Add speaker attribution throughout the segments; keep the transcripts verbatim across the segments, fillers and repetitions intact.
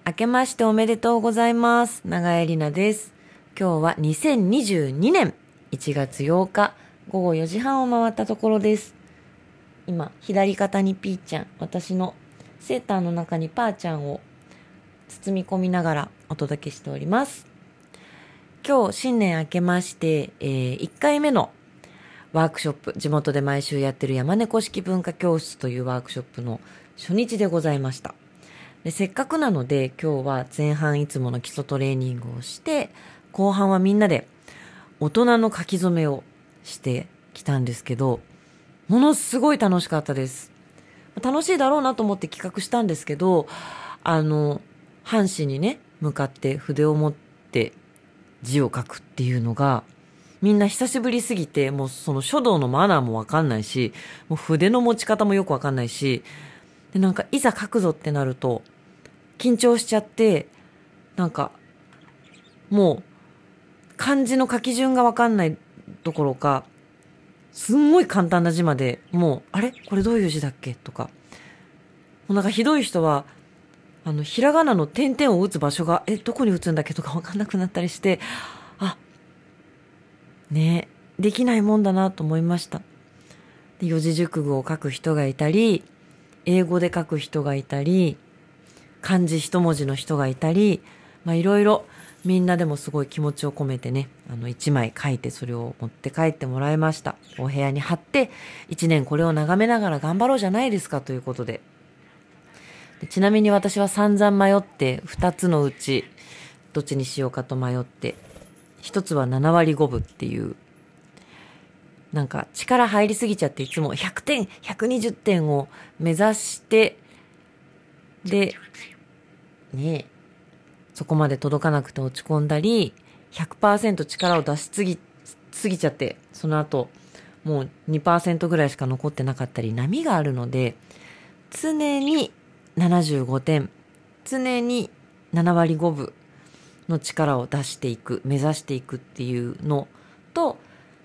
Speaker 1: 明けましておめでとうございます。長江里奈です。今日はにせんにじゅうにねんいちがつようかごごよじはんを回ったところです。今、左肩にピーちゃん、私のセーターの中にパーちゃんを包み込みながらお届けしております。今日、新年明けまして、えー、いっかいめのワークショップ、地元で毎週やってる山猫式文化教室というワークショップの初日でございました。でせっかくなので今日は前半いつもの基礎トレーニングをして後半はみんなで大人の書き初めをしてきたんですけど、ものすごい楽しかったです。楽しいだろうなと思って企画したんですけど、あの半紙にね向かって筆を持って字を書くっていうのがみんな久しぶりすぎて、もうその書道のマナーもわかんないし、もう筆の持ち方もよくわかんないし、でなんかいざ書くぞってなると緊張しちゃって、なんかもう漢字の書き順がわかんないどころか、すんごい簡単な字までもうあれこれどういう字だっけとか、もうなんかひどい人はあのひらがなの点々を打つ場所がえどこに打つんだっけとかわかんなくなったりして、あねえできないもんだなと思いました。で四字熟語を書く人がいたり、英語で書く人がいたり、漢字一文字の人がいたり、まあいろいろみんなでもすごい気持ちを込めてね、あの一枚書いてそれを持って帰ってもらいました。お部屋に貼って一年これを眺めながら頑張ろうじゃないですかということで。でちなみに私は散々迷って二つのうちどっちにしようかと迷って、一つはななわりごぶっていうなんか力入りすぎちゃっていつもひゃくてんひゃくにじゅってんを目指してでねえそこまで届かなくて落ち込んだり ひゃくパーセント 力を出しすぎすぎちゃってその後もう にパーセント ぐらいしか残ってなかったり波があるので、常にななじゅうごてん、常にななわりごぶの力を出していく、目指していくっていうのと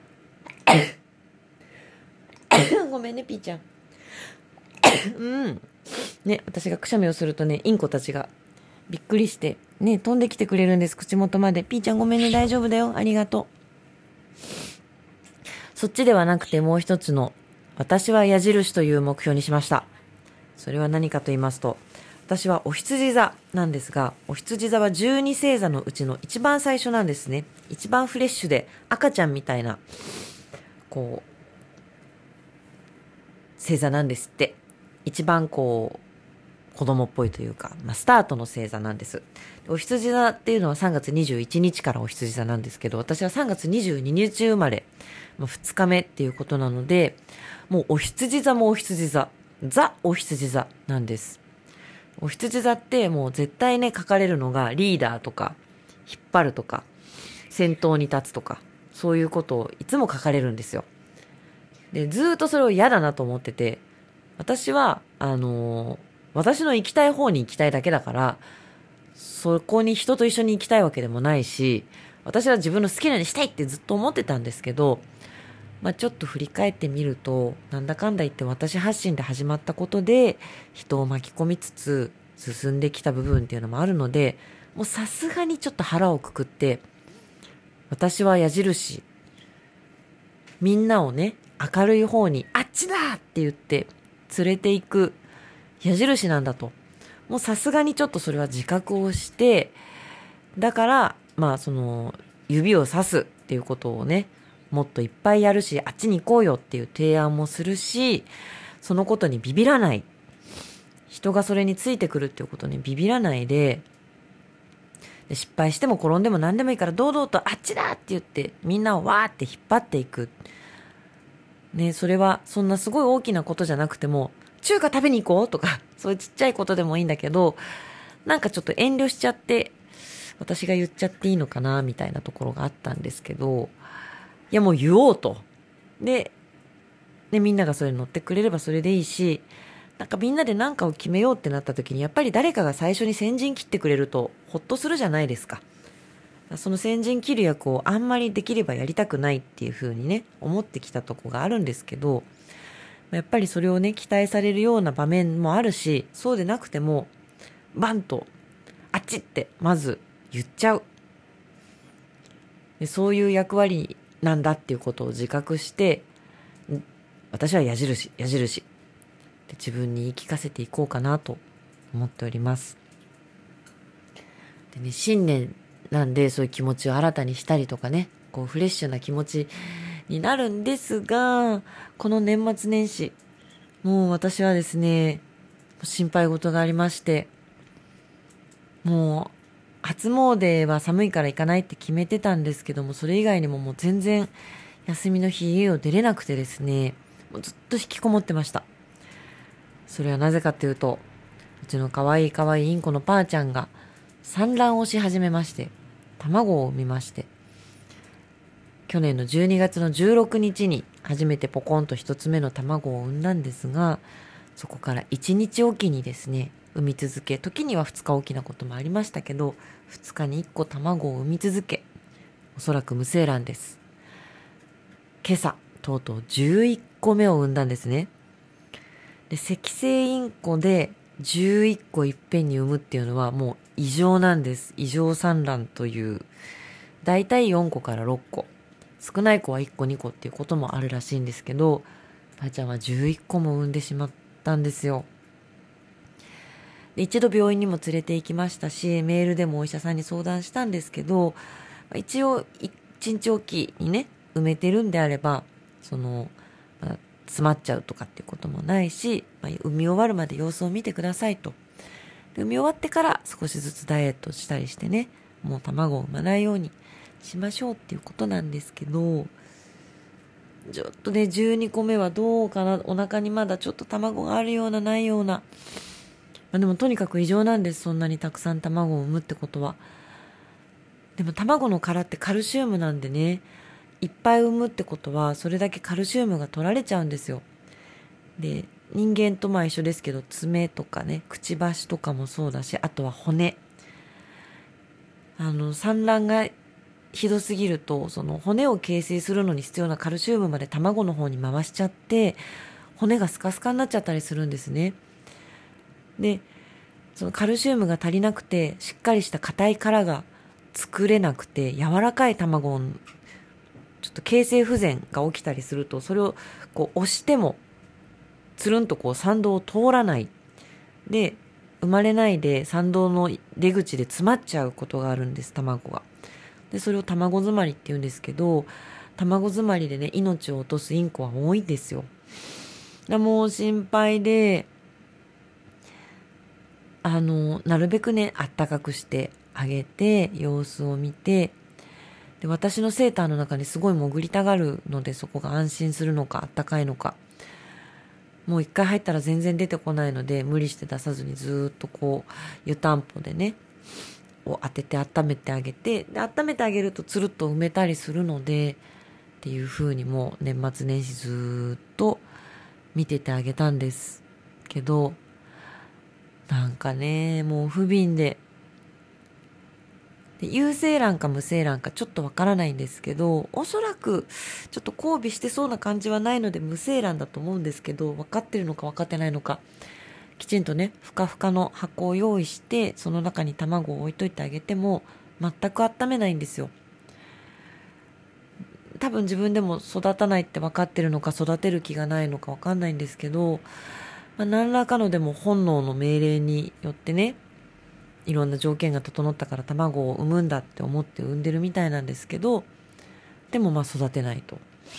Speaker 1: ごめんねピーちゃんうんね、私がくしゃみをするとねインコたちがびっくりしてね飛んできてくれるんです、口元まで。ピーちゃんごめんね、大丈夫だよ、ありがとう。そっちではなくてもう一つの私は矢印という目標にしました。それは何かと言いますと、私はお羊座なんですが、お羊座はじゅうに星座のうちの一番最初なんですね。一番フレッシュで赤ちゃんみたいなこう星座なんですって。一番こう子供っぽいというか、まあ、スタートの星座なんです。お羊座っていうのはさんがつにじゅういちにちからお羊座なんですけど、私はさんがつにじゅうににち生まれ、まあ、ふつかめっていうことなので、もうお羊座もお羊座、ザお羊座なんです。お羊座ってもう絶対ね書かれるのがリーダーとか引っ張るとか先頭に立つとか、そういうことをいつも書かれるんですよ。でずっとそれを嫌だなと思ってて、私はあのー、私の行きたい方に行きたいだけだから、そこに人と一緒に行きたいわけでもないし、私は自分の好きなようにしたいってずっと思ってたんですけど、まあ、ちょっと振り返ってみるとなんだかんだ言って私発信で始まったことで人を巻き込みつつ進んできた部分っていうのもあるので、もうさすがにちょっと腹をくくって、私は矢印、みんなをね明るい方にあっちだって言って連れていく矢印なんだと、もうさすがにちょっとそれは自覚をして、だからまあその指をさすっていうことをねもっといっぱいやるし、あっちに行こうよっていう提案もするし、そのことにビビらない、人がそれについてくるっていうことにビビらないで、で失敗しても転んでも何でもいいから堂々とあっちだって言ってみんなをわーって引っ張っていくね。それはそんなすごい大きなことじゃなくても、中華食べに行こうとかそういうちっちゃいことでもいいんだけど、なんかちょっと遠慮しちゃって私が言っちゃっていいのかなみたいなところがあったんですけど、いやもう言おうと。で、でみんながそれに乗ってくれればそれでいいし、なんかみんなで何かを決めようってなった時にやっぱり誰かが最初に先陣切ってくれるとほっとするじゃないですか。その先陣切る役をあんまりできればやりたくないっていう風にね思ってきたとこがあるんですけど、やっぱりそれをね期待されるような場面もあるし、そうでなくてもバンとあチってまず言っちゃう。でそういう役割なんだっていうことを自覚して、私は矢印矢印で自分に言い聞かせていこうかなと思っております。でね、新年なんでそういう気持ちを新たにしたりとかね、こうフレッシュな気持ちになるんですが、この年末年始、もう私はですね、心配事がありまして、もう初詣は寒いから行かないって決めてたんですけども、それ以外にももう全然休みの日家を出れなくてですね、もうずっと引きこもってました。それはなぜかというと、うちの可愛い可愛いインコのパーちゃんが産卵をし始めまして、卵を産みまして、去年のじゅうにがつのじゅうろくにちに初めてポコンと一つ目の卵を産んだんですが、そこからいちにちおきにですね、産み続け、時にはふつかおきなこともありましたけど、ふつかにいっこ卵を産み続け、おそらく無精卵です。今朝、とうとうじゅういっこめを産んだんですね。で、赤星インコでじゅういっこいっぺんに産むっていうのはもう異常なんです。異常産卵という、だいたいよんこからろっこ、少ない子はいっこにこっていうこともあるらしいんですけど、ばあちゃんはじゅういっこも産んでしまったんですよ。で一度病院にも連れて行きましたし、メールでもお医者さんに相談したんですけど、一応いちにちおきにね埋めてるんであれば、その、まあ、詰まっちゃうとかっていうこともないし、まあ、産み終わるまで様子を見てくださいと。で産み終わってから少しずつダイエットしたりしてね、もう卵を産まないようにしましょうっていうことなんですけど、ちょっとねじゅうにこめはどうかな。お腹にまだちょっと卵があるようなないような、まあ、でもとにかく異常なんです。そんなにたくさん卵を産むってことは。でも卵の殻ってカルシウムなんでね、いっぱい産むってことはそれだけカルシウムが取られちゃうんですよ。で人間とまあ一緒ですけど、爪とかね、くちばしとかもそうだし、あとは骨、あの産卵がひどすぎると、その骨を形成するのに必要なカルシウムまで卵の方に回しちゃって、骨がスカスカになっちゃったりするんですね。でそのカルシウムが足りなくて、しっかりした硬い殻が作れなくて、柔らかい卵をちょっと形成不全が起きたりすると、それをこう押してもつるんとこう産道を通らないで、生まれないで産道の出口で詰まっちゃうことがあるんです、卵が。でそれを卵詰まりって言うんですけど、卵詰まりでね命を落とすインコは多いんですよ。もう心配で、あのなるべくねあったかくしてあげて、様子を見て、で私のセーターの中にすごい潜りたがるので、そこが安心するのかあったかいのか、もう一回入ったら全然出てこないので、無理して出さずにずっとこう湯たんぽでねを当てて温めてあげて、で温めてあげるとつるっと埋めたりするのでっていう風に、もう年末年始ずっと見ててあげたんですけど、なんかねもう不憫で、で有精卵か無精卵かちょっとわからないんですけど、おそらくちょっと交尾してそうな感じはないので無精卵だと思うんですけど、分かってるのか分かってないのか、きちんとねふかふかの箱を用意して、その中に卵を置いといてあげても全く温めないんですよ。多分自分でも育たないって分かってるのか、育てる気がないのか分かんないんですけど、まあ、何らかのでも本能の命令によってね、いろんな条件が整ったから卵を産むんだって思って産んでるみたいなんですけど、でもまあ育てないと。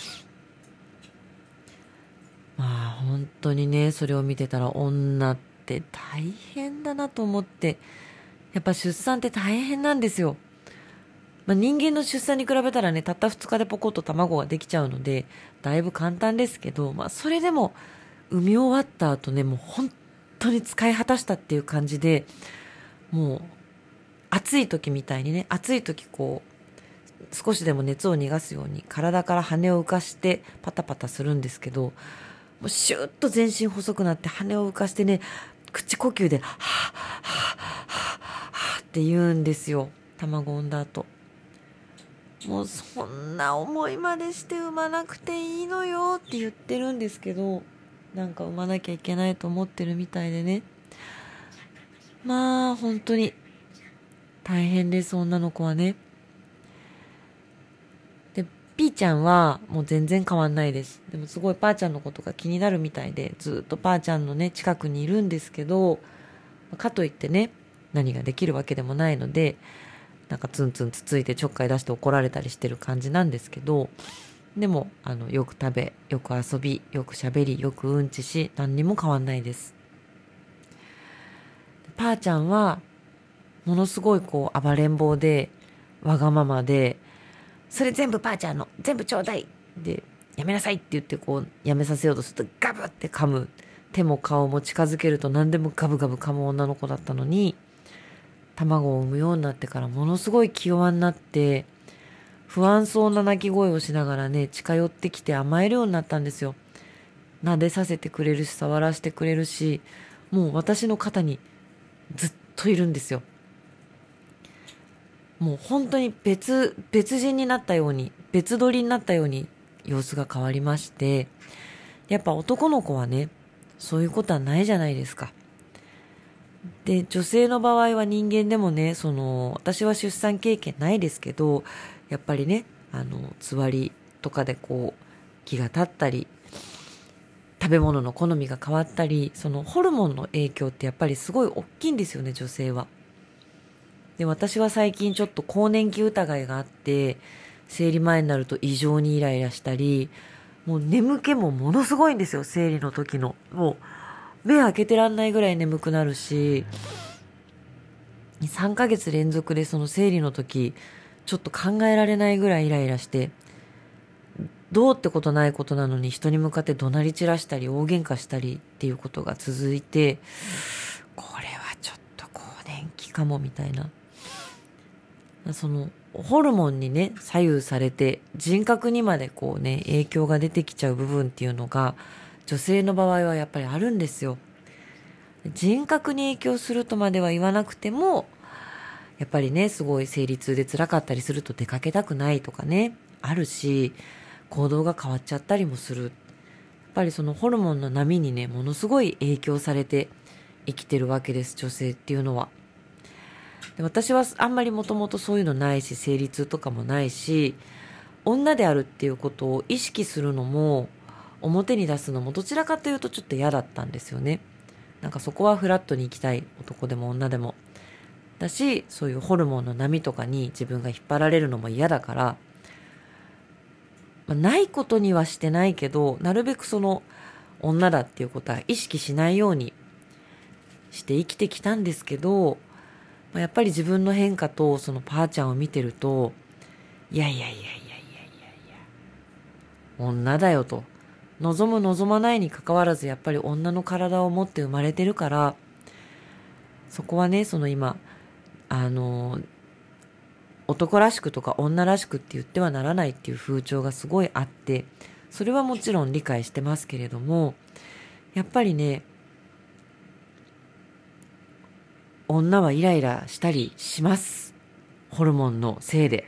Speaker 1: まあ本当にね、それを見てたら女って大変だなと思って、やっぱ出産って大変なんですよ。まあ、人間の出産に比べたらね、たったふつかでポコッと卵ができちゃうのでだいぶ簡単ですけど、まあそれでも産み終わった後ね、もう本当に使い果たしたっていう感じで、もう暑い時みたいにね、暑い時こう少しでも熱を逃がすように体から羽を浮かしてパタパタするんですけど、もうシューッと全身細くなって羽を浮かしてね、口呼吸ではぁはぁはぁはぁって言うんですよ、卵産んだ後。もうそんな思いまでして産まなくていいのよって言ってるんですけど、なんか産まなきゃいけないと思ってるみたいでね。まあ本当に大変です、女の子はね。で、ピーちゃんはもう全然変わんないです。でもすごいパーちゃんのことが気になるみたいで、ずっとパーちゃんのね、近くにいるんですけど、かといってね、何ができるわけでもないので、なんかツンツンつついてちょっかい出して怒られたりしてる感じなんですけど、でもあのよく食べ、よく遊び、よく喋り、よくうんちし、何にも変わんないです。パーちゃんはものすごいこう暴れん坊で、わがままで、それ全部パーちゃんの、全部ちょうだいで、やめなさいって言ってこうやめさせようとするとガブって噛む、手も顔も近づけると何でもガブガブ噛む女の子だったのに、卵を産むようになってからものすごい気弱になって、不安そうな鳴き声をしながらね、近寄ってきて甘えるようになったんですよ。撫でさせてくれるし、触らせてくれるし、もう私の肩にずっといるんですよ。もう本当に別、別人になったように、別撮りになったように様子が変わりまして、やっぱ男の子はね、そういうことはないじゃないですか。で、女性の場合は人間でもね、その、私は出産経験ないですけど、やっぱりね、あの、つわりとかでこう、気が立ったり、食べ物の好みが変わったり、そのホルモンの影響ってやっぱりすごい大きいんですよね、女性は。で、私は最近ちょっと更年期疑いがあって、生理前になると異常にイライラしたり、もう眠気もものすごいんですよ、生理の時の。もう、目開けてらんないぐらい眠くなるし、さんかげつ連続でその生理の時、ちょっと考えられないぐらいイライラして、どうってことないことなのに人に向かって怒鳴り散らしたり大喧嘩したりっていうことが続いて、これはちょっと更年期かもみたいな。そのホルモンにね左右されて人格にまでこうね影響が出てきちゃう部分っていうのが女性の場合はやっぱりあるんですよ。人格に影響するとまでは言わなくても、やっぱりねすごい生理痛で辛かったりすると出かけたくないとかねあるし、行動が変わっちゃったりもする。やっぱりそのホルモンの波にねものすごい影響されて生きてるわけです、女性っていうのは。で、私はあんまりもともとそういうのないし、生理痛とかもないし、女であるっていうことを意識するのも表に出すのもどちらかというとちょっと嫌だったんですよね。なんかそこはフラットに行きたい、男でも女でもだし、そういうホルモンの波とかに自分が引っ張られるのも嫌だから、まあ、ないことにはしてないけど、なるべくその女だっていうことは意識しないようにして生きてきたんですけど、まあ、やっぱり自分の変化とそのパーちゃんを見てると、いやいやいやいやいやいやいや、女だよと。望む望まないに関わらずやっぱり女の体を持って生まれてるから、そこはね、その今、あの、男らしくとか女らしくって言ってはならないっていう風潮がすごいあって、それはもちろん理解してますけれども、やっぱりね、女はイライラしたりします。ホルモンのせいで。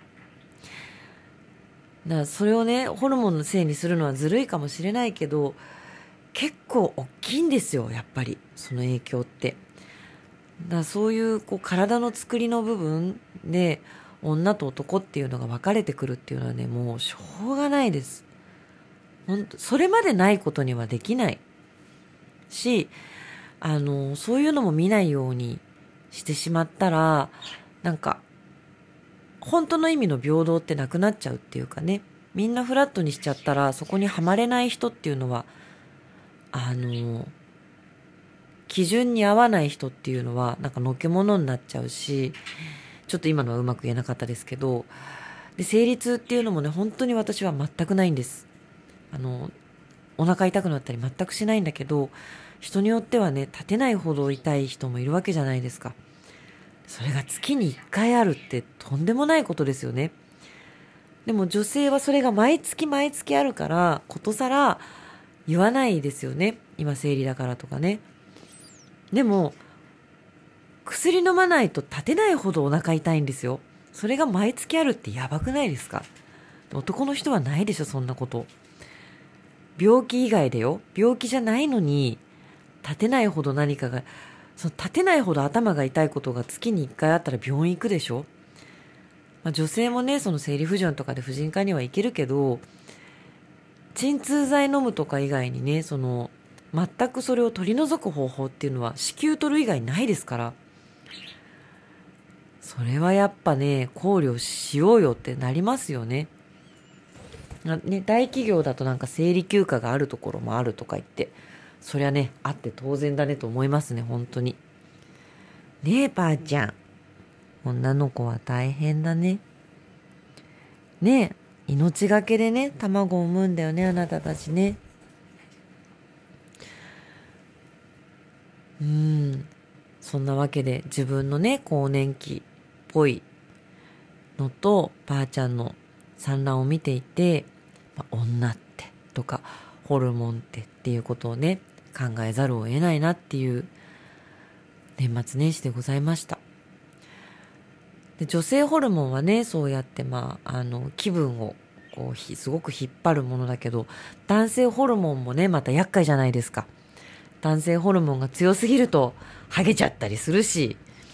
Speaker 1: だからそれをね、ホルモンのせいにするのはずるいかもしれないけど、結構大きいんですよ、やっぱり。その影響って。だからそういうこう体の作りの部分で女と男っていうのが分かれてくるっていうのはね、もうしょうがないです。本当それまでないことにはできないし、あのそういうのも見ないようにしてしまったら、なんか本当の意味の平等ってなくなっちゃうっていうかね、みんなフラットにしちゃったらそこにはまれない人っていうのは、あの基準に合わない人っていうのはなんかのけものになっちゃうし、ちょっと今のはうまく言えなかったですけど、で生理痛っていうのもね、本当に私は全くないんです。あのお腹痛くなったり全くしないんだけど、人によってはね立てないほど痛い人もいるわけじゃないですか。それが月にいっかいあるってとんでもないことですよね。でも女性はそれが毎月毎月あるからことさら言わないですよね。今生理だからとかね。でも薬飲まないと立てないほどお腹痛いんですよ。それが毎月あるってやばくないですか？男の人はないでしょ、そんなこと。病気以外でよ。病気じゃないのに立てないほど何かがその立てないほど頭が痛いことが月にいっかいあったら病院行くでしょ。まあ、女性もね、その生理不順とかで婦人科には行けるけど、鎮痛剤飲むとか以外にね、その全くそれを取り除く方法っていうのは子宮取る以外ないですから、それはやっぱね、考慮しようよってなりますよね。ね、大企業だとなんか生理休暇があるところもあるとか言って、そりゃね、あって当然だねと思いますね、本当に。ねえ、ばあちゃん。女の子は大変だね。ねえ、命がけでね、卵を産むんだよね、あなたたちね。うーん、そんなわけで自分のね、更年期っぽいのと、ばあちゃんの産卵を見ていて、まあ、女ってとか、ホルモンってっていうことをね、考えざるを得ないなっていう年末年始でございました。で、女性ホルモンはね、そうやってまあ、あの、気分をこうひすごく引っ張るものだけど、男性ホルモンもね、また厄介じゃないですか。男性ホルモンが強すぎると、ハゲちゃったりするし、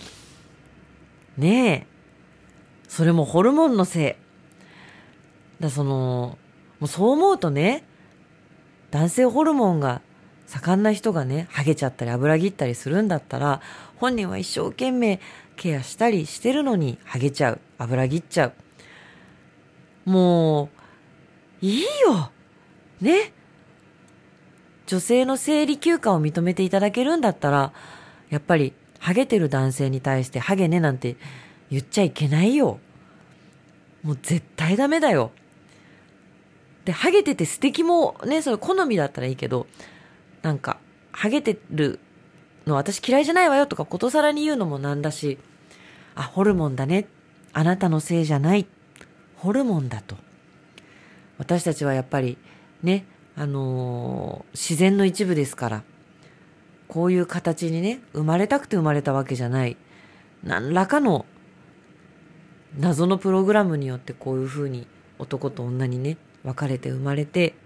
Speaker 1: ねえ、それもホルモンのせい。だその、もうそう思うとね、男性ホルモンが盛んな人がね、ハゲちゃったり油切ったりするんだったら、本人は一生懸命ケアしたりしてるのに、ハゲちゃう、油切っちゃう。もう、いいよね。女性の生理休暇を認めていただけるんだったら、やっぱり、ハゲてる男性に対してハゲねなんて言っちゃいけないよ。もう絶対ダメだよ。で、ハゲてて素敵もね、それ好みだったらいいけど、なんか、ハゲてるの私嫌いじゃないわよとかことさらに言うのもなんだし、あ、ホルモンだね。あなたのせいじゃない。ホルモンだと。私たちはやっぱりね、あのー、自然の一部ですから、こういう形にね、生まれたくて生まれたわけじゃない。何らかの謎のプログラムによってこういうふうに男と女にね、分かれて生まれて、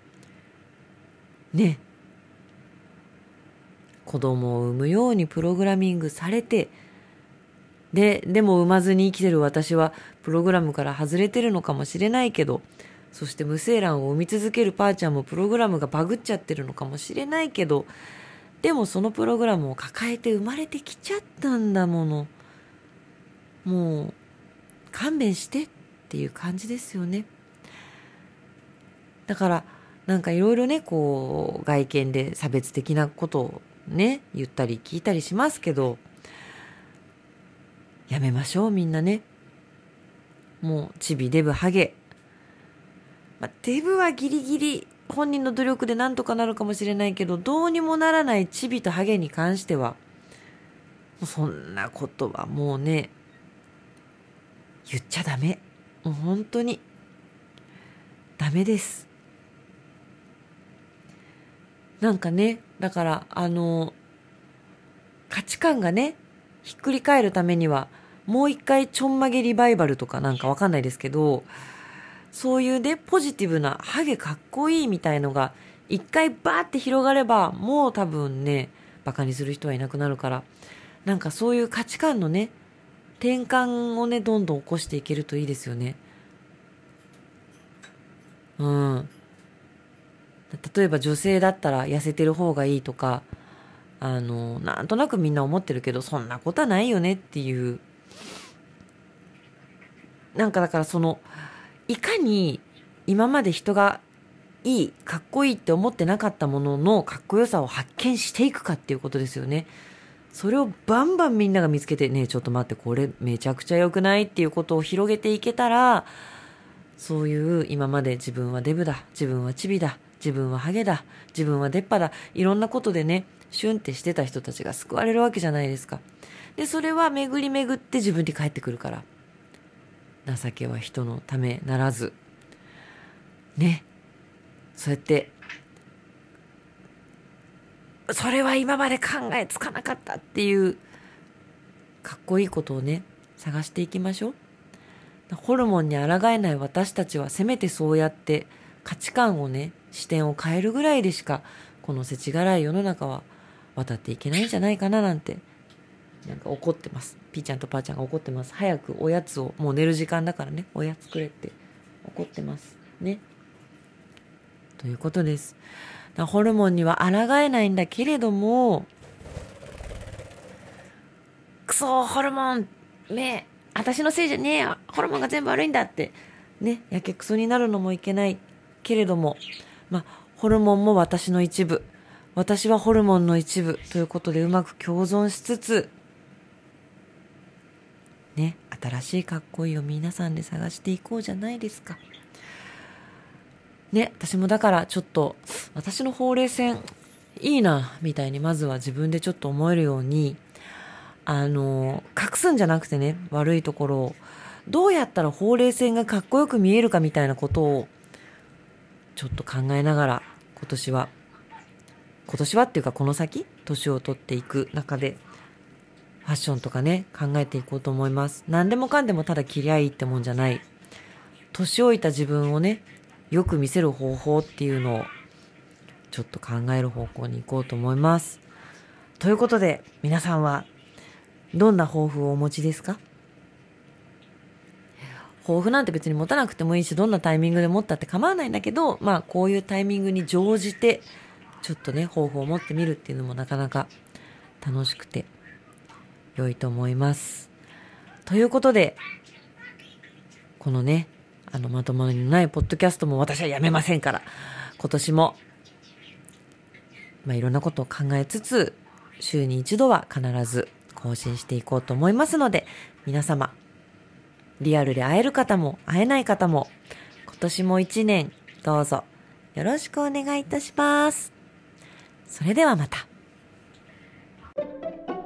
Speaker 1: ね、子供を産むようにプログラミングされて、で、でも産まずに生きてる私はプログラムから外れてるのかもしれないけど、そして無精卵を産み続けるパーちゃんもプログラムがバグっちゃってるのかもしれないけど、でもそのプログラムを抱えて生まれてきちゃったんだもの。もう勘弁してっていう感じですよね。だからなんかいろいろね、こう外見で差別的なことをね言ったり聞いたりしますけど、やめましょうみんなね。もうチビデブハゲ、まあ、デブはギリギリ本人の努力でなんとかなるかもしれないけど、どうにもならないチビとハゲに関してはもうそんなことはもうね言っちゃダメ。もう本当にダメです。なんかね、だからあの価値観がねひっくり返るためにはもう一回ちょんまげリバイバルとかなんかわかんないですけど、そういうねポジティブなハゲかっこいいみたいのが一回バーって広がれば、もう多分ねバカにする人はいなくなるから、なんかそういう価値観のね転換をねどんどん起こしていけるといいですよね。うん。例えば女性だったら痩せてる方がいいとか、あのなんとなくみんな思ってるけど、そんなことはないよねっていう。なんかだからそのいかに今まで人がいいかっこいいって思ってなかったもののかっこよさを発見していくかっていうことですよね。それをバンバンみんなが見つけて、ねえちょっと待ってこれめちゃくちゃ良くないっていうことを広げていけたら、そういう今まで自分はデブだ、自分はチビだ、自分はハゲだ、自分は出っ歯だ、いろんなことでねシュンってしてた人たちが救われるわけじゃないですか。でそれは巡り巡って自分に返ってくるから、情けは人のためならずね。そうやってそれは今まで考えつかなかったっていうかっこいいことをね探していきましょう。ホルモンに抗えない私たちはせめてそうやって価値観をね視点を変えるぐらいでしかこの世知辛い世の中は渡っていけないんじゃないかななんて、なんか怒ってます。ピーちゃんとパーちゃんが怒ってます。早くおやつを、もう寝る時間だからね、おやつくれって怒ってますね。ということです。ホルモンには抗えないんだけれども、クソホルモンめ私のせいじゃねえよ、ホルモンが全部悪いんだってね、やけくそになるのもいけないけれども、まあホルモンも私の一部、私はホルモンの一部ということでうまく共存しつつね、新しいかっこいいを皆さんで探していこうじゃないですかね。私もだからちょっと私のほうれい線いいなみたいにまずは自分でちょっと思えるように、あの隠すんじゃなくてね、悪いところをどうやったらほうれい線がかっこよく見えるかみたいなことをちょっと考えながら今年は今年はっていうかこの先年を取っていく中でファッションとかね考えていこうと思います。何でもかんでもただ着りゃいいってもんじゃない、年老いた自分をねよく見せる方法っていうのをちょっと考える方向に行こうと思います。ということで皆さんはどんな抱負をお持ちですか？抱負なんて別に持たなくてもいいし、どんなタイミングで持ったって構わないんだけど、まあこういうタイミングに乗じてちょっとね抱負を持ってみるっていうのもなかなか楽しくて良いと思います。ということでこのねあのまとまりのないポッドキャストも私はやめませんから、今年もまあいろんなことを考えつつ週に一度は必ず更新していこうと思いますので、皆様リアルで会える方も会えない方も今年も一年どうぞよろしくお願いいたします。それではまた。